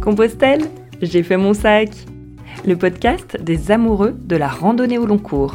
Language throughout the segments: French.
Compostelle, j'ai fait mon sac. Le podcast des amoureux de la randonnée au long cours.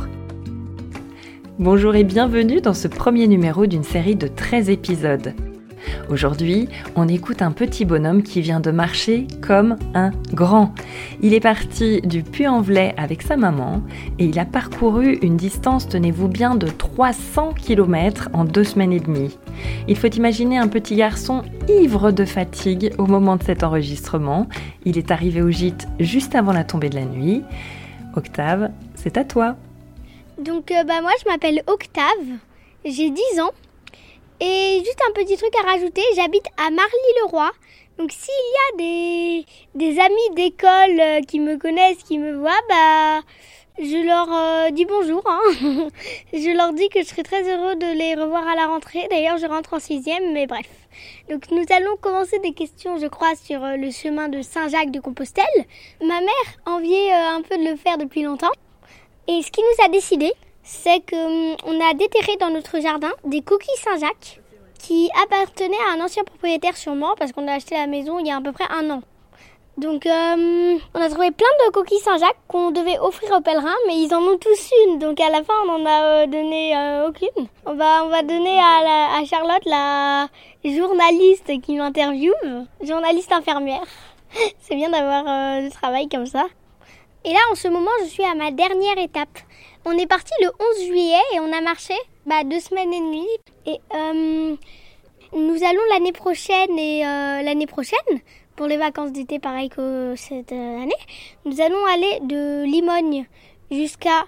Bonjour et bienvenue dans ce premier numéro d'une série de 13 épisodes. Aujourd'hui, on écoute un petit bonhomme qui vient de marcher comme un grand. Il est parti du Puy-en-Velay avec sa maman et il a parcouru une distance, tenez-vous bien, de 300 km en 2 semaines et demie. Il faut imaginer un petit garçon ivre de fatigue au moment de cet enregistrement. Il est arrivé au gîte juste avant la tombée de la nuit. Octave, c'est à toi. Donc moi je m'appelle Octave, j'ai 10 ans. Et juste un petit truc à rajouter, j'habite à Marly-le-Roi. Donc s'il y a des amis d'école qui me connaissent, qui me voient, je leur dis bonjour. Je leur dis que je serai très heureux de les revoir à la rentrée. D'ailleurs, je rentre en 6e, mais bref. Donc nous allons commencer des questions, je crois, sur le chemin de Saint-Jacques de Compostelle. Ma mère enviait un peu de le faire depuis longtemps. Et ce qui nous a décidé, c'est qu'on a déterré dans notre jardin des coquilles Saint-Jacques qui appartenaient à un ancien propriétaire sûrement, parce qu'on a acheté la maison il y a à peu près 1 an. Donc on a trouvé plein de coquilles Saint-Jacques qu'on devait offrir aux pèlerins, mais ils en ont tous une, donc à la fin on n'en a donné aucune. On va donner à Charlotte, la journaliste qui m'interviewe, journaliste infirmière. C'est bien d'avoir du travail comme ça. Et là, en ce moment, je suis à ma dernière étape. On est parti le 11 juillet et on a marché 2 semaines et demie. Et nous allons l'année prochaine pour les vacances d'été, pareil que cette année, nous allons aller de Limogne jusqu'à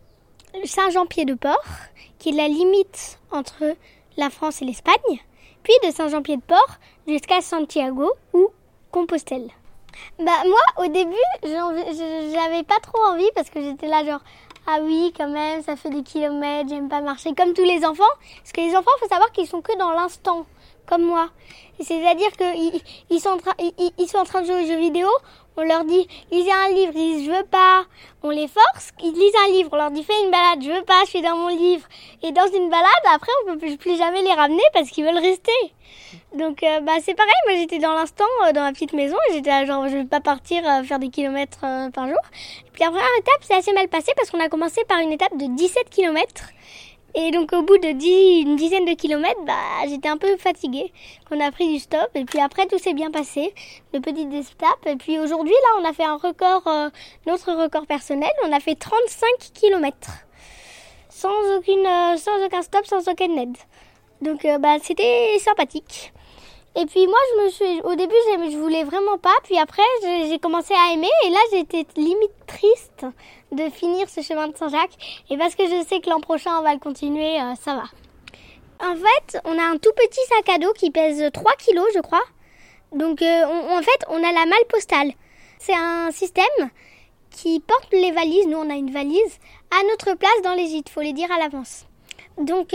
Saint-Jean-Pied-de-Port, qui est la limite entre la France et l'Espagne, puis de Saint-Jean-Pied-de-Port jusqu'à Santiago ou Compostelle. Moi, au début, j'avais pas trop envie parce que j'étais là genre, ah oui, quand même, ça fait des kilomètres, j'aime pas marcher, comme tous les enfants. Parce que les enfants, faut savoir qu'ils sont que dans l'instant, comme moi. C'est-à-dire qu'ils sont en train de jouer aux jeux vidéo, on leur dit, lisez un livre, ils disent, je veux pas. On les force, ils lisent un livre, on leur dit, fais une balade, je veux pas, je suis dans mon livre. Et dans une balade, après, on peut plus jamais les ramener parce qu'ils veulent rester. Donc c'est pareil, moi j'étais dans l'instant, dans ma petite maison, et j'étais là genre, je vais pas partir faire des kilomètres par jour. Et puis la première étape, c'est assez mal passé parce qu'on a commencé par une étape de 17 kilomètres. Et donc au bout de une dizaine de kilomètres, j'étais un peu fatiguée. On a pris du stop et puis après tout s'est bien passé, de petites étapes. Et puis aujourd'hui là on a fait un record, notre record personnel, on a fait 35 kilomètres. Sans aucun stop, sans aucune aide. Donc c'était sympathique. Et puis moi au début je voulais vraiment pas, puis après j'ai commencé à aimer et là j'étais limite triste de finir ce chemin de Saint-Jacques, et parce que je sais que l'an prochain on va le continuer, ça va. En fait, on a un tout petit sac à dos qui pèse 3 kilos je crois. Donc on a la malle postale. C'est un système qui porte les valises, nous on a une valise, à notre place dans les gîtes, faut les dire à l'avance. Donc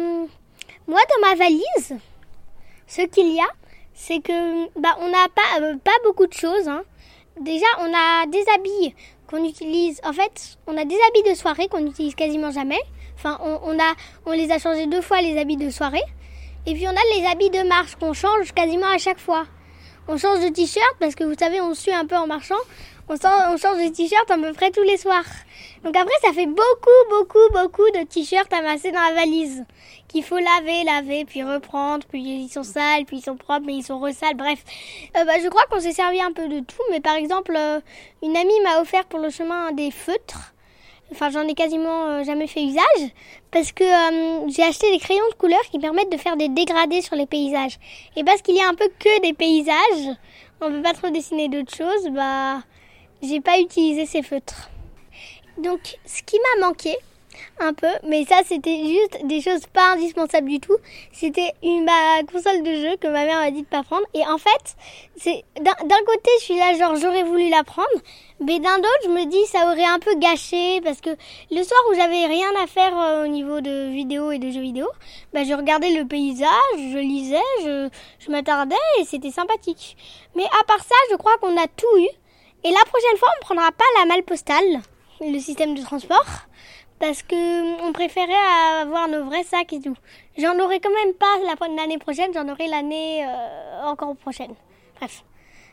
moi dans ma valise, ce qu'il y a, c'est que on n'a pas beaucoup de choses. Déjà, on a des habits qu'on utilise. En fait, on a des habits de soirée qu'on n'utilise quasiment jamais. Enfin, on les a changés 2 fois, les habits de soirée. Et puis on a les habits de marche qu'on change quasiment à chaque fois. On change de t-shirt parce que vous savez, on sue un peu en marchant. On change de t-shirt à peu près tous les soirs. Donc après, ça fait beaucoup de t-shirts amassés dans la valise qu'il faut laver, puis reprendre, puis ils sont sales, puis ils sont propres, mais ils sont resales, bref. Je crois qu'on s'est servi un peu de tout, mais par exemple, une amie m'a offert pour le chemin des feutres. Enfin, j'en ai quasiment jamais fait usage, parce que j'ai acheté des crayons de couleur qui permettent de faire des dégradés sur les paysages. Et parce qu'il y a un peu que des paysages, on peut pas trop dessiner d'autres choses, j'ai pas utilisé ces feutres. Donc, ce qui m'a manqué un peu, mais ça c'était juste des choses pas indispensables du tout, c'était ma console de jeu que ma mère m'a dit de pas prendre. Et en fait, c'est d'un côté je suis là genre j'aurais voulu la prendre, mais d'un autre je me dis ça aurait un peu gâché, parce que le soir où j'avais rien à faire au niveau de vidéo et de jeux vidéo, je regardais le paysage, je lisais, je m'attardais et c'était sympathique. Mais à part ça, je crois qu'on a tout eu. Et la prochaine fois, on ne prendra pas la malle postale, le système de transport, parce qu'on préférait avoir nos vrais sacs et tout. J'en aurai quand même pas l'année prochaine, j'en aurai l'année encore prochaine. Bref.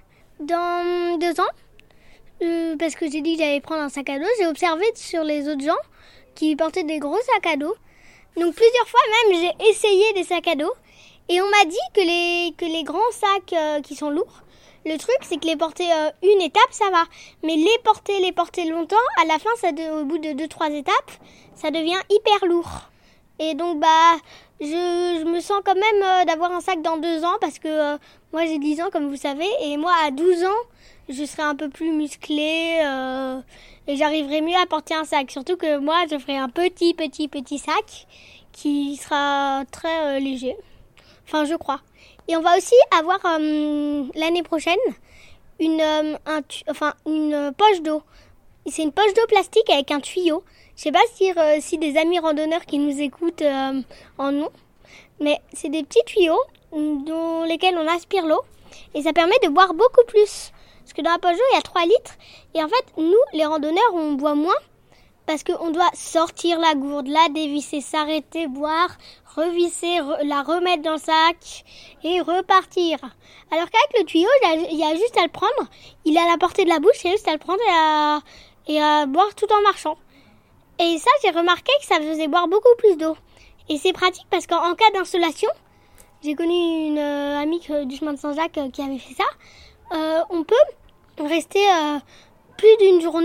dans 2 ans, parce que j'ai dit que j'allais prendre un sac à dos, j'ai observé sur les autres gens qui portaient des gros sacs à dos. Donc plusieurs fois même, j'ai essayé des sacs à dos. Et on m'a dit que les grands sacs qui sont lourds, le truc c'est que les porter une étape ça va. Mais les porter longtemps, à la fin, au bout de 2-3 étapes, ça devient hyper lourd. Et donc je me sens quand même d'avoir un sac dans 2 ans parce que moi j'ai 10 ans comme vous savez. Et moi à 12 ans, je serai un peu plus musclée et j'arriverai mieux à porter un sac. Surtout que moi je ferai un petit sac qui sera très léger. Enfin, je crois. Et on va aussi avoir l'année prochaine une poche d'eau. C'est une poche d'eau plastique avec un tuyau. Je sais pas si des amis randonneurs qui nous écoutent en ont. Mais c'est des petits tuyaux dans lesquels on aspire l'eau. Et ça permet de boire beaucoup plus. Parce que dans la poche d'eau, il y a 3 litres. Et en fait, nous, les randonneurs, on boit moins. Parce qu'on doit sortir la gourde, la dévisser, s'arrêter, boire, revisser, la remettre dans le sac et repartir. Alors qu'avec le tuyau, il y a juste à le prendre. Il est à la portée de la bouche, il y a juste à le prendre et à boire tout en marchant. Et ça, j'ai remarqué que ça faisait boire beaucoup plus d'eau. Et c'est pratique parce qu'en cas d'insolation, j'ai connu une amie du chemin de Saint-Jacques qui avait fait ça. On peut rester plus d'une journée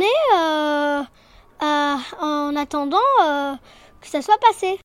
en attendant que ça soit passé.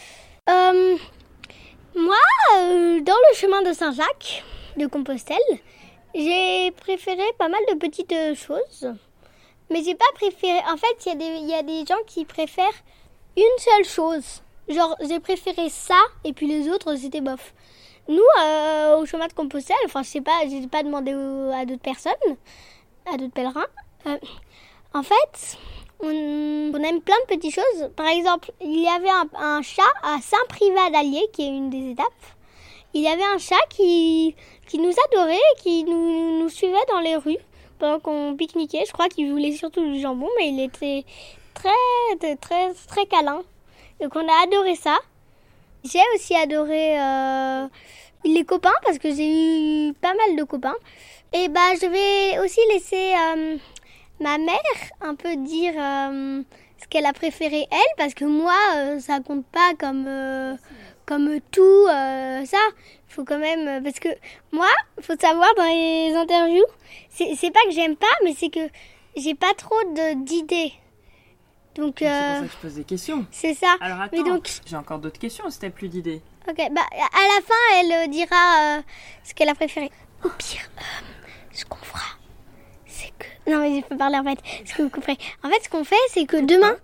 Moi, dans le chemin de Saint-Jacques de Compostelle, j'ai préféré pas mal de petites choses. Mais j'ai pas préféré... En fait, il y a des gens qui préfèrent une seule chose. Genre, j'ai préféré ça et puis les autres, c'était bof. Nous, au chemin de Compostelle, enfin, je sais pas, j'ai pas demandé à d'autres personnes, à d'autres pèlerins. En fait... On aime plein de petites choses. Par exemple, il y avait un chat à Saint-Privat d'Allier, qui est une des étapes. Il y avait un chat qui nous adorait, qui nous suivait dans les rues pendant qu'on pique-niquait. Je crois qu'il voulait surtout du jambon, mais il était très, très, très câlin. Donc on a adoré ça. J'ai aussi adoré les copains, parce que j'ai eu pas mal de copains. Et je vais aussi laisser... ma mère un peu dire ce qu'elle a préféré elle, parce que moi ça compte pas comme tout ça. Il faut quand même, parce que moi, faut savoir dans les interviews, c'est pas que j'aime pas, mais c'est que j'ai pas trop d'idées. Donc c'est pour ça que je pose des questions. C'est ça. Alors attends, mais donc, j'ai encore d'autres questions si t'as plus d'idées. Ok, à la fin elle dira ce qu'elle a préféré. Au pire, ce qu'on fera, c'est que... Non mais je peux parler en fait, ce que vous comprendrez. En fait ce qu'on fait c'est que demain...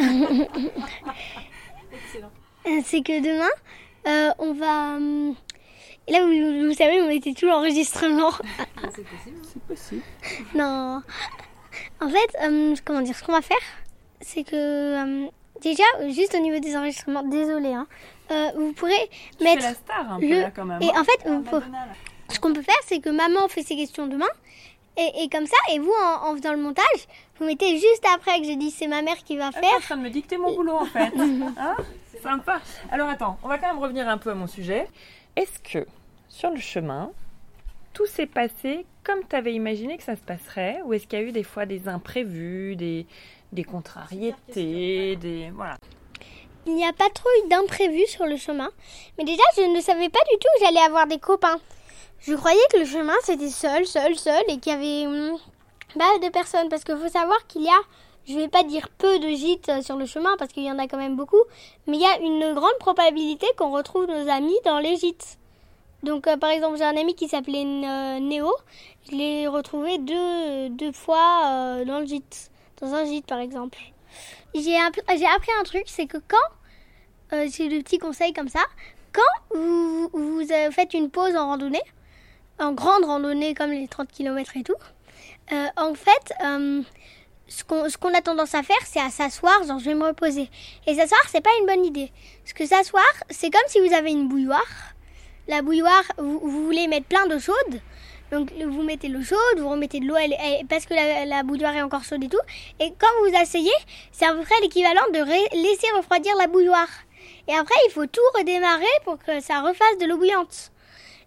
Excellent. C'est que demain, on va... Et là vous savez, on était tout l'enregistrement. C'est possible. C'est possible. Non. En fait, comment dire, ce qu'on va faire, c'est que... déjà, juste au niveau des enregistrements, désolé, hein, vous pourrez mettre... Tu fais la star un peu là quand même. Et en fait, Madonna, là. ce qu'on peut faire, c'est que maman fait ses questions demain. Et comme ça, et vous, en faisant le montage, vous mettez juste après que j'ai dit c'est ma mère qui va T'es faire. en train de me dicter mon boulot en fait. Hein, sympa. Alors attends, on va quand même revenir un peu à mon sujet. Est-ce que sur le chemin, tout s'est passé comme tu avais imaginé que ça se passerait, ou est-ce qu'il y a eu des fois des imprévus, des contrariétés, des... Voilà. Il n'y a pas trop eu d'imprévus sur le chemin. Mais déjà, je ne savais pas du tout que j'allais avoir des copains. Je croyais que le chemin c'était seul et qu'il y avait de personnes. Parce qu'il faut savoir qu'il y a, je vais pas dire peu de gîtes sur le chemin parce qu'il y en a quand même beaucoup, mais il y a une grande probabilité qu'on retrouve nos amis dans les gîtes. Donc par exemple j'ai un ami qui s'appelait Néo, je l'ai retrouvé deux fois dans le gîte, dans un gîte par exemple. J'ai appris un truc, c'est que quand, j'ai des petits conseils comme ça, quand vous faites une pause en randonnée, en grande randonnée comme les 30 km et tout, en fait, ce qu'on a tendance à faire, c'est à s'asseoir, genre je vais me reposer. Et s'asseoir, c'est pas une bonne idée. Parce que s'asseoir, c'est comme si vous avez une bouilloire. La bouilloire, vous voulez mettre plein d'eau chaude. Donc vous mettez l'eau chaude, vous remettez de l'eau parce que la bouilloire est encore chaude et tout. Et quand vous vous asseyez, c'est à peu près l'équivalent de laisser refroidir la bouilloire. Et après, il faut tout redémarrer pour que ça refasse de l'eau bouillante.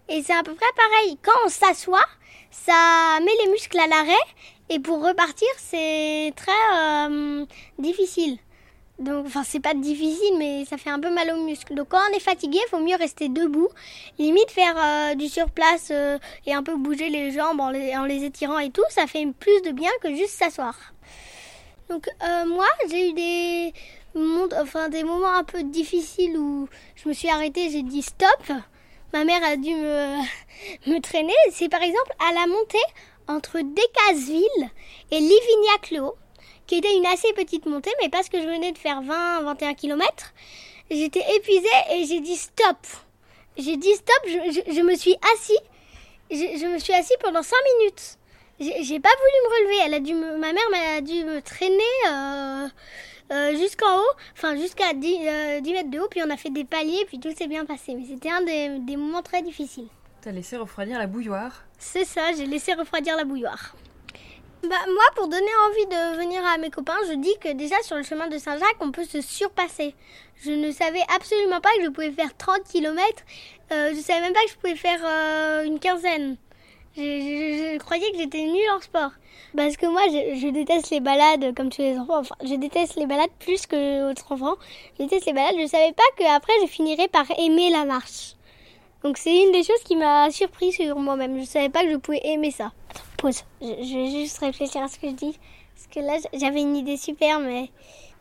Et c'est à peu près pareil. Quand on s'assoit, ça met les muscles à l'arrêt. Et pour repartir, c'est très difficile. Donc, enfin, c'est pas difficile, mais ça fait un peu mal aux muscles. Donc, quand on est fatigué, il vaut mieux rester debout. Limite, faire du surplace et un peu bouger les jambes en les étirant et tout. Ça fait plus de bien que juste s'asseoir. Donc, moi, j'ai eu des moments un peu difficiles où je me suis arrêtée, j'ai dit stop. Ma mère a dû me traîner. C'est par exemple à la montée entre Decazeville et Livignac-le-Haut, qui était une assez petite montée, mais parce que je venais de faire 20-21 km, j'étais épuisée et j'ai dit stop. J'ai dit stop, je me suis assise. Je me suis assise pendant 5 minutes. J'ai pas voulu me relever. Ma mère m'a dû me traîner jusqu'en haut, enfin jusqu'à 10 mètres de haut, puis on a fait des paliers, puis tout s'est bien passé. Mais c'était un des moments très difficiles. T'as laissé refroidir la bouilloire ? C'est ça, j'ai laissé refroidir la bouilloire. Moi, pour donner envie de venir à mes copains, je dis que déjà sur le chemin de Saint-Jacques, on peut se surpasser. Je ne savais absolument pas que je pouvais faire 30 km. Je savais même pas que je pouvais faire une quinzaine. Je croyais que j'étais nulle en sport. Parce que moi, je déteste les balades comme tous les enfants. Enfin, je déteste les balades plus que d'autres enfants. Je déteste les balades. Je savais pas qu'après, je finirais par aimer la marche. Donc, c'est une des choses qui m'a surpris sur moi-même. Je savais pas que je pouvais aimer ça. Attends, pause. Je vais juste réfléchir à ce que je dis. Parce que là, j'avais une idée super, mais...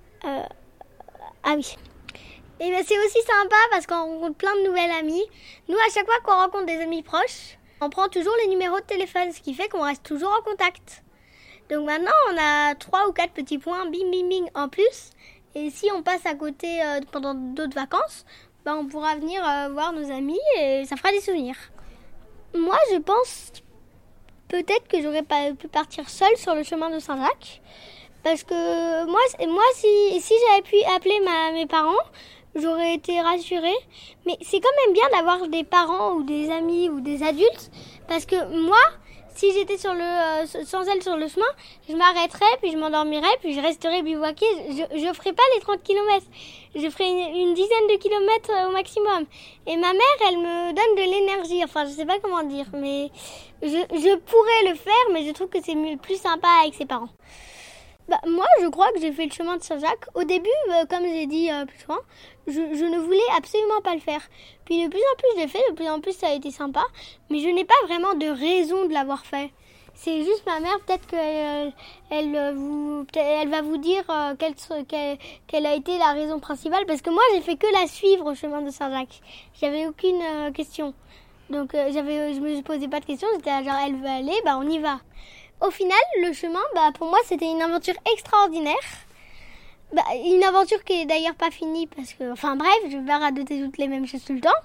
Ah oui. Et ben, c'est aussi sympa parce qu'on rencontre plein de nouvelles amies. Nous, à chaque fois qu'on rencontre des amis proches, on prend toujours les numéros de téléphone, ce qui fait qu'on reste toujours en contact. Donc maintenant, on a 3 ou 4 petits points, bing, bing, bing, en plus. Et si on passe à côté pendant d'autres vacances, on pourra venir voir nos amis et ça fera des souvenirs. Moi, je pense peut-être que j'aurais pas pu partir seule sur le chemin de Saint-Jacques. Parce que moi si j'avais pu appeler mes parents, j'aurais été rassurée. Mais c'est quand même bien d'avoir des parents ou des amis ou des adultes. Parce que moi, si j'étais sans elle sur le chemin, je m'arrêterais, puis je m'endormirais, puis je resterais bivouaquée. Je ferais pas les 30 km. Je ferais une dizaine de kilomètres au maximum. Et ma mère, elle me donne de l'énergie. Enfin, je sais pas comment dire, mais je pourrais le faire, mais je trouve que c'est plus sympa avec ses parents. Moi, je crois que j'ai fait le chemin de Saint-Jacques. Au début, comme j'ai dit plus souvent, je ne voulais absolument pas le faire. Puis de plus en plus, je l'ai fait, de plus en plus, ça a été sympa. Mais je n'ai pas vraiment de raison de l'avoir fait. C'est juste ma mère, peut-être qu'elle va vous dire quelle a été la raison principale. Parce que moi, j'ai fait que la suivre au chemin de Saint-Jacques. J'avais aucune question. Donc, je me posais pas de questions. J'étais genre, elle veut aller, on y va. Au final, le chemin, pour moi, c'était une aventure extraordinaire. Une aventure qui est d'ailleurs pas finie parce que... Enfin bref, je vais pas radoter toutes les mêmes choses tout le temps.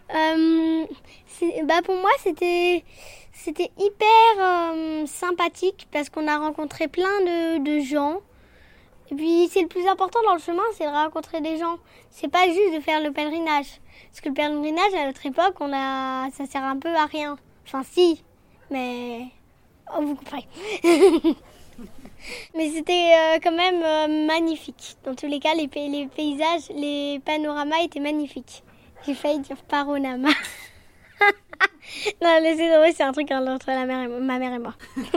Pour moi, c'était hyper sympathique parce qu'on a rencontré plein de gens. Et puis, c'est le plus important dans le chemin, c'est de rencontrer des gens. C'est pas juste de faire le pèlerinage. Parce que le pèlerinage, à notre époque, ça sert un peu à rien. Enfin, si, mais... Oh, vous comprenez. Mais c'était quand même magnifique. Dans tous les cas, les paysages, les panoramas étaient magnifiques. J'ai failli dire panorama. Non, laissez tomber, c'est un truc entre ma mère et moi.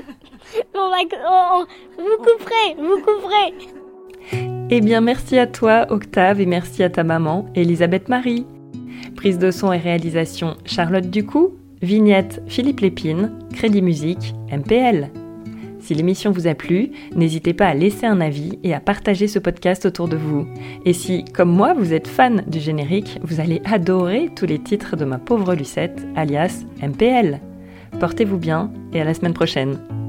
Vous couperez. Eh bien, merci à toi, Octave, et merci à ta maman, Elisabeth Marie. Prise de son et réalisation, Charlotte Ducou. Vignette, Philippe Lépine. Crédit musique, MPL. Si l'émission vous a plu, n'hésitez pas à laisser un avis et à partager ce podcast autour de vous. Et si, comme moi, vous êtes fan du générique, vous allez adorer tous les titres de ma pauvre Lucette, alias MPL. Portez-vous bien et à la semaine prochaine.